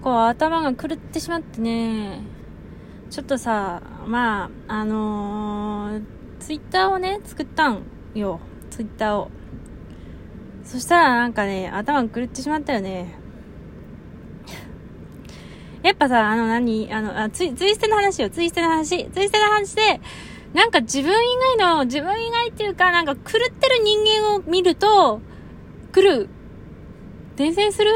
こう頭が狂ってしまってね、ちょっとさ、まあツイッターをね作ったんよ、ツイッターを。そしたらなんかね、頭が狂ってしまったよね。やっぱさ、ツイステの話よ、ツイステの話で、なんか自分以外っていうか、なんか狂ってる人間を見ると、伝染す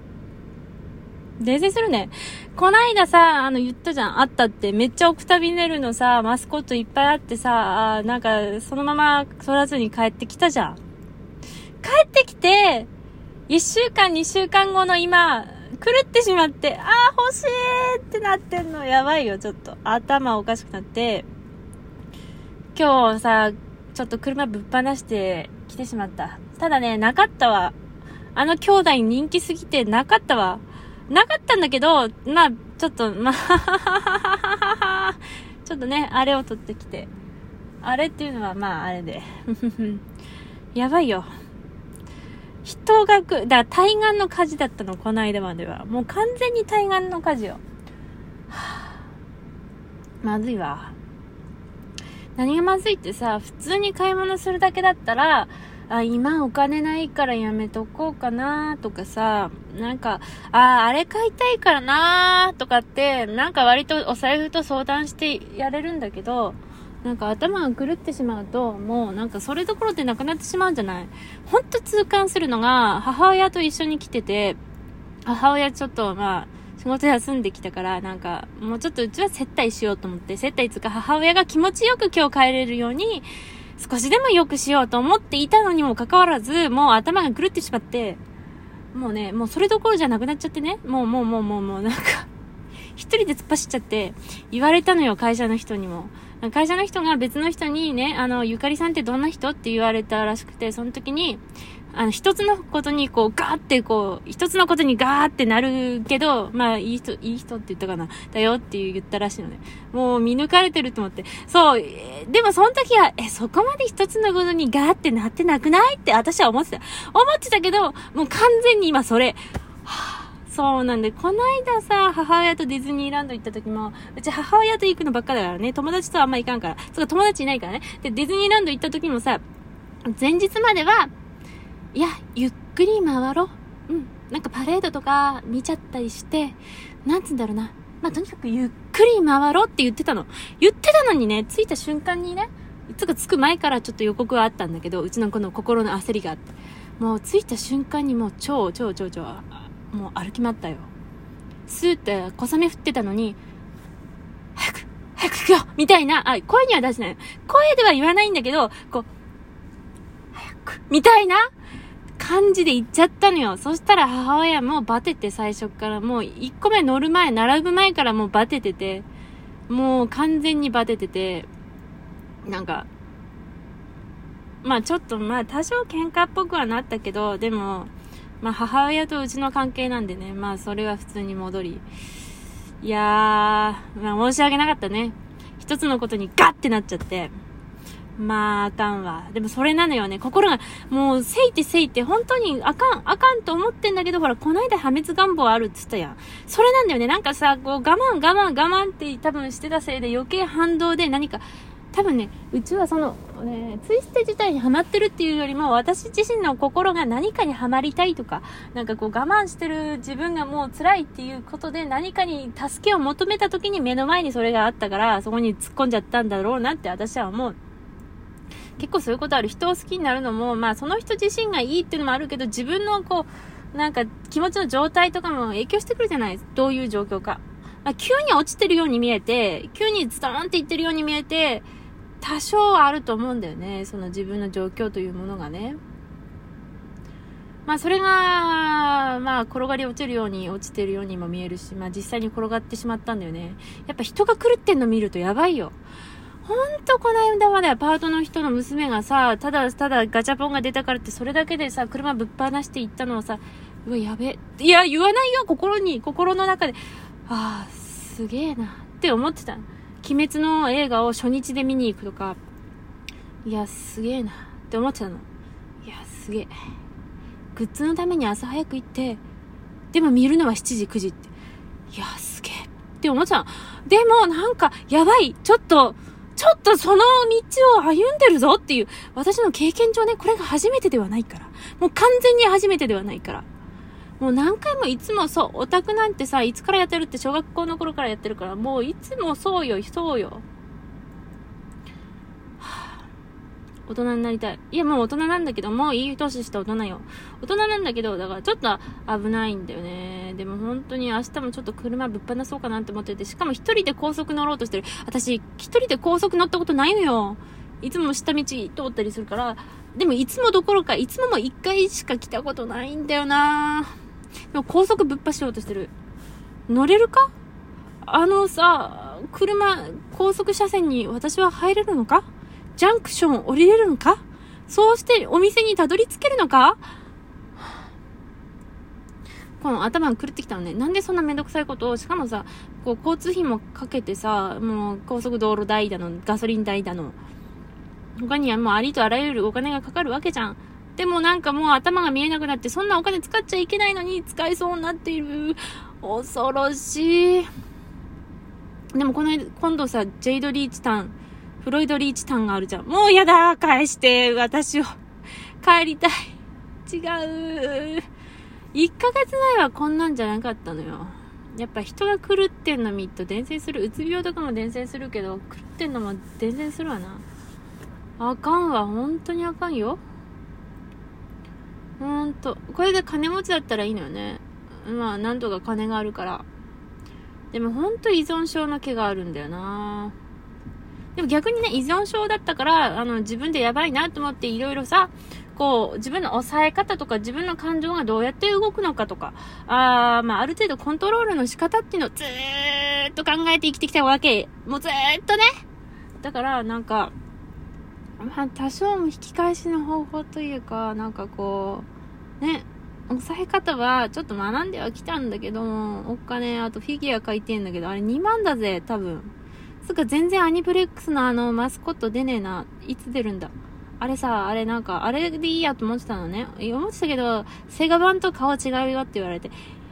るね。こないださ、言ったじゃん。あったって。めっちゃオクタビネルのさ、マスコットいっぱいあってさ、なんか、そのまま育らずに帰ってきたじゃん。帰ってきて、1週間、2週間後の今、狂ってしまって、欲しいってなってんの。やばいよ、ちょっと。頭おかしくなって。今日さ、ちょっと車ぶっ放して来てしまった。ただね、なかったわ。兄弟人気すぎてなかったわ。なかったんだけど、まあ、ちょっとね、あれを取ってきて。あれっていうのは、まあ、あれで。やばいよ。人がだから対岸の火事だったの、この間までは。もう完全に対岸の火事よ。まずいわ。何がまずいってさ、普通に買い物するだけだったら、今お金ないからやめとこうかなとかさ、なんか、あれ買いたいからなとかって、なんか割とお財布と相談してやれるんだけど、なんか頭が狂ってしまうと、もうなんかそれどころでなくなってしまうんじゃない？ほんと痛感するのが、母親と一緒に来てて、母親ちょっと仕事休んできたから、なんかもうちょっとうちは接待しようと思って、接待つか母親が気持ちよく今日帰れるように、少しでも良くしようと思っていたのにもかかわらず、もう頭が狂ってしまって、もうね、もうそれどころじゃなくなっちゃってね、もうなんか、一人で突っ走っちゃって、言われたのよ、会社の人にも。会社の人が別の人にね、ゆかりさんってどんな人って言われたらしくて、その時に、一つのことにこう、ガーってこう、一つのことにガーってなるけど、いい人って言ったかな。だよって言ったらしいのね。もう見抜かれてると思って。そう、でもその時は、そこまで一つのことにガーってなってなくないって私は思ってたけど、もう完全に今それ、そうなんで、この間さ、母親とディズニーランド行った時も、うち母親と行くのばっかだからね、友達とはあんま行かんから。友達いないからね。で、ディズニーランド行った時もさ、前日までは、いや、ゆっくり回ろう。なんかパレードとか見ちゃったりして、なんつうんだろうな。とにかくゆっくり回ろうって言ってたのにね、着いた瞬間にね、着く前からちょっと予告はあったんだけど、うちのこの心の焦りがあって。もう着いた瞬間にもう超、もう歩き回ったよ。スーって小雨降ってたのに、早く行くよみたいな、声には出せない。声では言わないんだけど、こう、早くみたいな感じで行っちゃったのよ。そしたら母親もバテて、最初からもう1個目並ぶ前からもうバテてて、もう完全にバテてて、なんか、ちょっと多少喧嘩っぽくはなったけど、でも、母親とうちの関係なんでね、それは普通に戻り。いやー、申し訳なかったね。一つのことにガッてなっちゃって。あかんわ。でもそれなのよね。心が、もう、せいって、本当にあかんと思ってんだけど、ほら、こないだ破滅願望あるって言ったやん。それなんだよね。なんかさ、こう、我慢って多分してたせいで余計反動で何か、多分ね、うちはその、ツイステ自体にハマってるっていうよりも、私自身の心が何かにハマりたいとか、なんかこう我慢してる自分がもう辛いっていうことで何かに助けを求めた時に目の前にそれがあったから、そこに突っ込んじゃったんだろうなって私は思う。結構そういうことある。人を好きになるのも、その人自身がいいっていうのもあるけど、自分のこう、なんか気持ちの状態とかも影響してくるじゃない。どういう状況か。急に落ちてるように見えて、急にズドーンっていってるように見えて、多少あると思うんだよね。その自分の状況というものがね。それが、転がり落ちてるようにも見えるし、実際に転がってしまったんだよね。やっぱ人が狂ってんの見るとやばいよ。ほんとこの間まではパートの人の娘がさ、ただガチャポンが出たからってそれだけでさ、車ぶっ放して行ったのをさ、うわ、やべ。いや、言わないよ、心の中で。すげえなって思ってた。鬼滅の映画を初日で見に行くとか、いや、すげえなって思ってたの。いや、すげえ。グッズのために朝早く行って、でも見るのは7時、9時って。 いや、すげえって思っちゃう。でもなんか、やばい。ちょっとその道を歩んでるぞっていう、私の経験上ね、これが初めてではないから。もう完全に初めてではないから。もう何回もいつもそう、オタクなんてさ、いつからやってるって小学校の頃からやってるから、もういつもそうよ。大人になりたい。いや、もう大人なんだけど、もういい年した大人よ。大人なんだけど、だからちょっと危ないんだよね。でも本当に明日もちょっと車ぶっ放そうかなって思ってて、しかも一人で高速乗ろうとしてる。私、一人で高速乗ったことないのよ。いつも下道通ったりするから、でもいつもどころか、いつもも一回しか来たことないんだよな。でも高速ぶっ走ろうとしてる。乗れるか？高速車線に私は入れるのか？ジャンクション降りれるのか？そうしてお店にたどり着けるのか？この頭が狂ってきたのね。なんでそんなめんどくさいことを、しかもさ、こう交通費もかけてさ、もう高速道路代だの、ガソリン代だの。他にはもうありとあらゆるお金がかかるわけじゃん。でもなんかもう頭が見えなくなって、そんなお金使っちゃいけないのに使いそうになっている。恐ろしい。でも今度さ、フロイドリーチタンがあるじゃん。もうやだ、返して、私を。帰りたい。違う。1ヶ月前はこんなんじゃなかったのよ。やっぱ人が狂ってんの見ると伝染する。うつ病とかも伝染するけど、狂ってんのも伝染するわな。あかんわ、本当にあかんよ。これで金持ちだったらいいのよね。まあ、なんとか金があるから。でも本当依存症の毛があるんだよな。でも逆にね、依存症だったから、自分でやばいなと思っていろいろさ、こう、自分の抑え方とか、自分の感情がどうやって動くのかとか、ある程度コントロールの仕方っていうのをずーっと考えて生きてきたわけ。もうずーっとね。だから、なんか、多少も引き返しの方法というか、なんかこう、ね、抑え方はちょっと学んではきたんだけども、お金、あとフィギュア書いてんだけど、あれ2万だぜ、多分。つうか全然アニプレックスのマスコット出ねえな。いつ出るんだ。あれさ、あれでいいやと思ってたのね。思ってたけど、セガ版と顔違うよって言われて、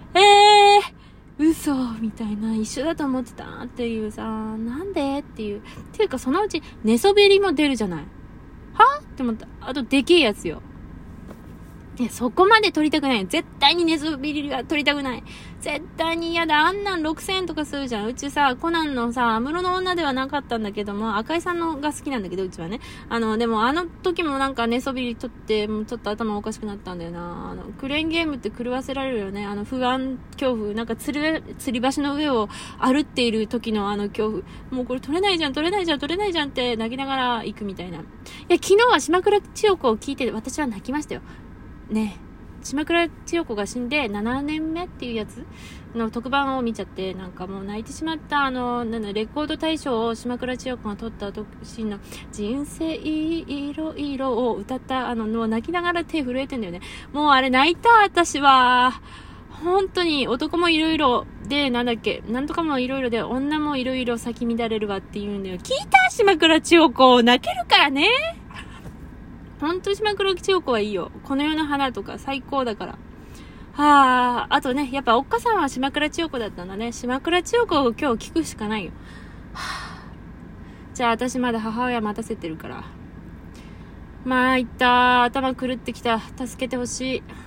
嘘みたいな、一緒だと思ってたっていうさ、なんでっていう。っていうかそのうち寝そべりも出るじゃない。はって思った。あとでけえやつよ。いや、そこまで撮りたくない。絶対に寝そべりが撮りたくない。絶対に嫌だ。あんなん6000円とかするじゃん。うちさ、コナンのさ、安室の女ではなかったんだけども、赤井さんのが好きなんだけど、うちはね。でも時もなんか寝そべり撮って、もうちょっと頭おかしくなったんだよな。クレーンゲームって狂わせられるよね。不安、恐怖。なんか吊り橋の上を歩っている時の恐怖。もうこれ撮れないじゃんって泣きながら行くみたいな。いや、昨日は島倉千代子を聞いて、私は泣きましたよ。ねえ。島倉千代子が死んで7年目っていうやつの特番を見ちゃって、なんかもう泣いてしまった。レコード大賞を島倉千代子が取った年の人生いろいろを歌った泣きながら手震えてんだよね。もうあれ泣いた、私は。本当に男もいろいろで、なんとかもいろいろで、女もいろいろ咲き乱れるわって言うんだよ。聞いた？島倉千代子泣けるからね。ほんと島倉千代子はいいよ。この世の花とか最高だから。あとね、やっぱおっかさんは島倉千代子だったんだね。島倉千代子を今日聞くしかないよ。じゃあ私まだ母親待たせてるから。いった。頭狂ってきた。助けてほしい。